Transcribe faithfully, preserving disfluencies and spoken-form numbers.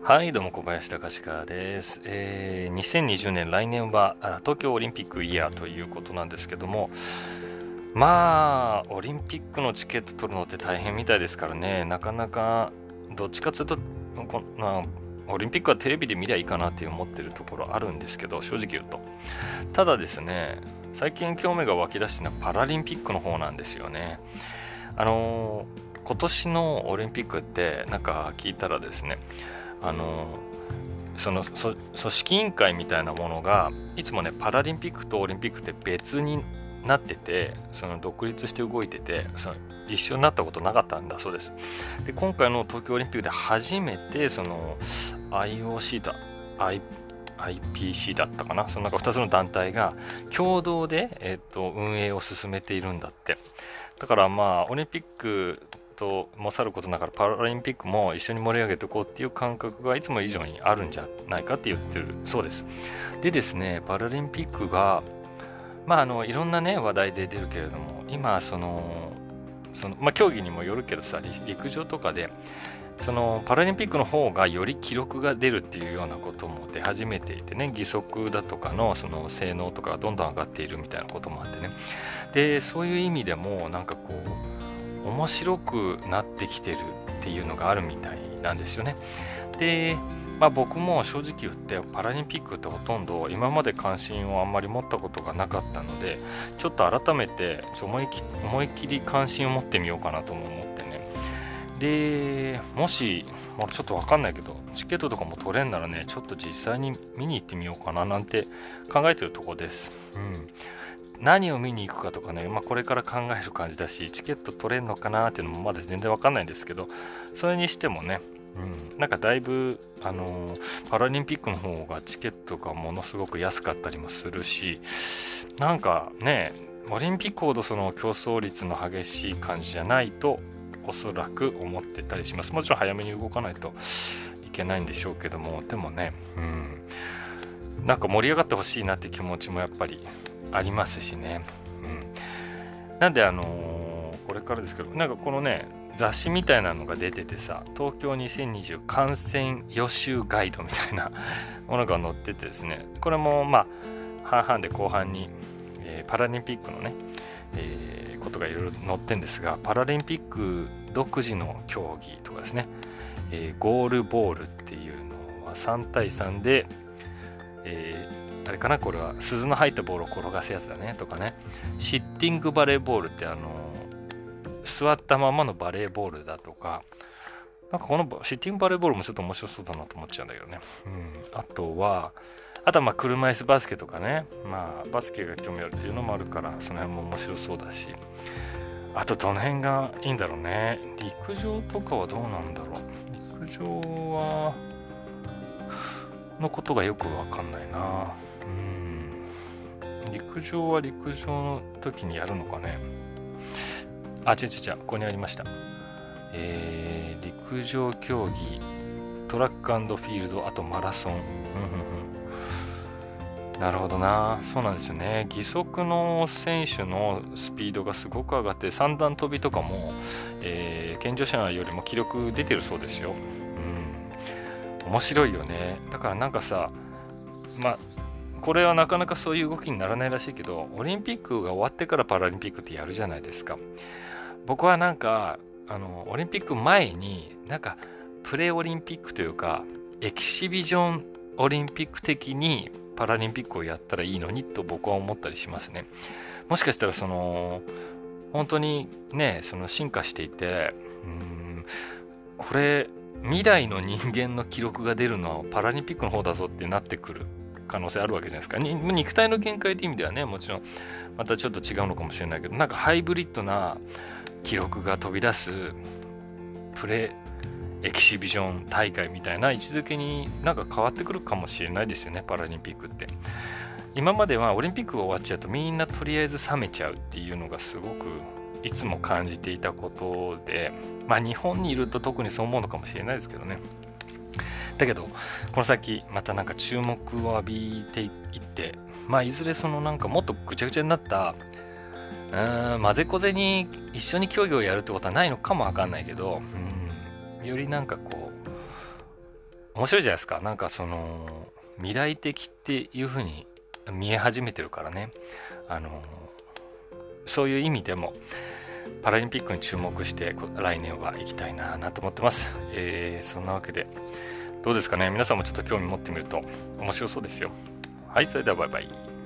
はい、どうも小林隆史です、えー。にせんにじゅうねん、来年は東京オリンピックイヤーということなんですけども、まあ、オリンピックのチケット取るのって大変みたいですからね、なかなか、どっちかというと、こまあ、オリンピックはテレビで見りゃいいかなって思ってるところあるんですけど、正直言うと。ただですね、最近興味が湧き出したのはパラリンピックの方なんですよね。あのー、今年のオリンピックって、なんか聞いたらですね、あのその組織委員会みたいなものがいつもねパラリンピックとオリンピックって別になってて、その独立して動いてて、その一緒になったことなかったんだそうです。で今回の東京オリンピックで初めてその アイオーシー と Iアイピーシー だったかな、そのなんかふたつの団体が共同で、えー、と運営を進めているんだって。だからまあオリンピックともさることながらパラリンピックも一緒に盛り上げていこうっていう感覚がいつも以上にあるんじゃないかって言ってるそうです。でですね、パラリンピックがまああのいろんなね話題で出るけれども、今そのそのまあ競技にもよるけどさ、陸上とかでそのパラリンピックの方がより記録が出るっていうようなことも出始めていてね、義足だとかのその性能とかがどんどん上がっているみたいなこともあってね。でそういう意味でもなんかこう面白くなってきてるっていうのがあるみたいなんですよね。で、まあ僕も正直言ってパラリンピックってほとんど今まで関心をあんまり持ったことがなかったので、ちょっと改めて思いき思い切り関心を持ってみようかなとも思ってね。で、もし、まあ、ちょっとわかんないけど、チケットとかも取れんならね、ちょっと実際に見に行ってみようかななんて考えてるとこです。うん。何を見に行くかとかね、まあ、これから考える感じだし、チケット取れるのかなっていうのもまだ全然わかんないんですけど、それにしてもね、うん、なんかだいぶ、あのーパラリンピックの方がチケットがものすごく安かったりもするし、なんかね、オリンピックほどその競争率の激しい感じじゃないと、おそらく思ってたりします。もちろん早めに動かないといけないんでしょうけども、でもね、うん、なんか盛り上がってほしいなって気持ちもやっぱりありますしね。うん、なんであのーこれからですけど、なんかこのね、雑誌みたいなのが出ててさ、東京にせんにじゅう観戦予習ガイドみたいなものが載っててですね、これもまあ、半々で後半に、えーパラリンピックのね、えーことがいろいろ載ってるんですが、パラリンピック独自の競技とかですね、えーゴールボールっていうのはさん対さんで、えーあれかな、これは鈴の入ったボールを転がすやつだねとかね。シッティングバレーボールってあの座ったままのバレーボールだとか、なんかこのシッティングバレーボールもちょっと面白そうだなと思っちゃうんだけどね。うん、あとはあとはまあ車椅子バスケとかね、まあバスケが興味あるっていうのもあるから、その辺も面白そうだし、あとどの辺がいいんだろうね。陸上とかはどうなんだろう。陸上はのことがよくわかんないな。うん。陸上は陸上の時にやるのかね。あ、違う違う違う、ここにありました。えー、陸上競技、トラック&フィールド、あとマラソン。うんうんうん、なるほどな。そうなんですよね。義足の選手のスピードがすごく上がって、三段跳びとかも、えー健常者よりも記録出てるそうですよ。うん。面白いよね。だからなんかさ、まあ、これはなかなかそういう動きにならないらしいけど、オリンピックが終わってからパラリンピックってやるじゃないですか。僕はなんか、あの、オリンピック前に、なんか、プレオリンピックというか、エキシビジョンオリンピック的にパラリンピックをやったらいいのにと僕は思ったりしますね。もしかしたらその、本当にね、その進化していて、うーん、これ、未来の人間の記録が出るのはパラリンピックの方だぞってなってくる可能性あるわけじゃないですか。に肉体の限界って意味ではね、もちろんまたちょっと違うのかもしれないけど、なんかハイブリッドな記録が飛び出すプレエキシビジョン大会みたいな位置づけになんか変わってくるかもしれないですよね、パラリンピックって。今まではオリンピックが終わっちゃうとみんなとりあえず冷めちゃうっていうのがすごくいつも感じていたことで、まあ日本にいると特にそう思うのかもしれないですけどね。だけどこの先またなんか注目を浴びていって、まあいずれそのなんかもっとぐちゃぐちゃになったうーん混ぜこぜに一緒に競技をやるってことはないのかもわかんないけど、うん、よりなんかこう面白いじゃないですか。なんかその未来的っていう風に見え始めてるからね。あのそういう意味でもパラリンピックに注目して来年は行きたいななと思ってます。えー、そんなわけでどうですかね。皆さんもちょっと興味持ってみると面白そうですよ。はい、それではバイバイ。